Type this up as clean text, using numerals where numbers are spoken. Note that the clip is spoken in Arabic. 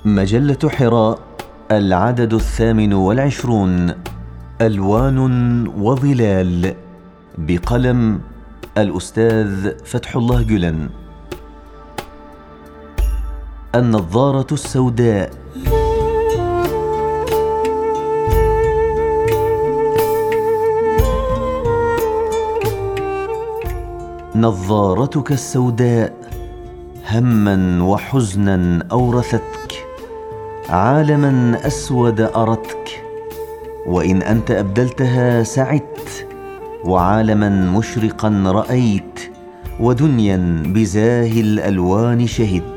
مجلة حراء، العدد 28، ألوان وظلال، بقلم الأستاذ فتح الله جلن. النظارة السوداء. نظارتك السوداء هما وحزنا أورثتك، عالما أسود أرتك، وإن أنت أبدلتها سعدت، وعالما مشرقا رأيت، ودنيا بزاهي الألوان شهدت.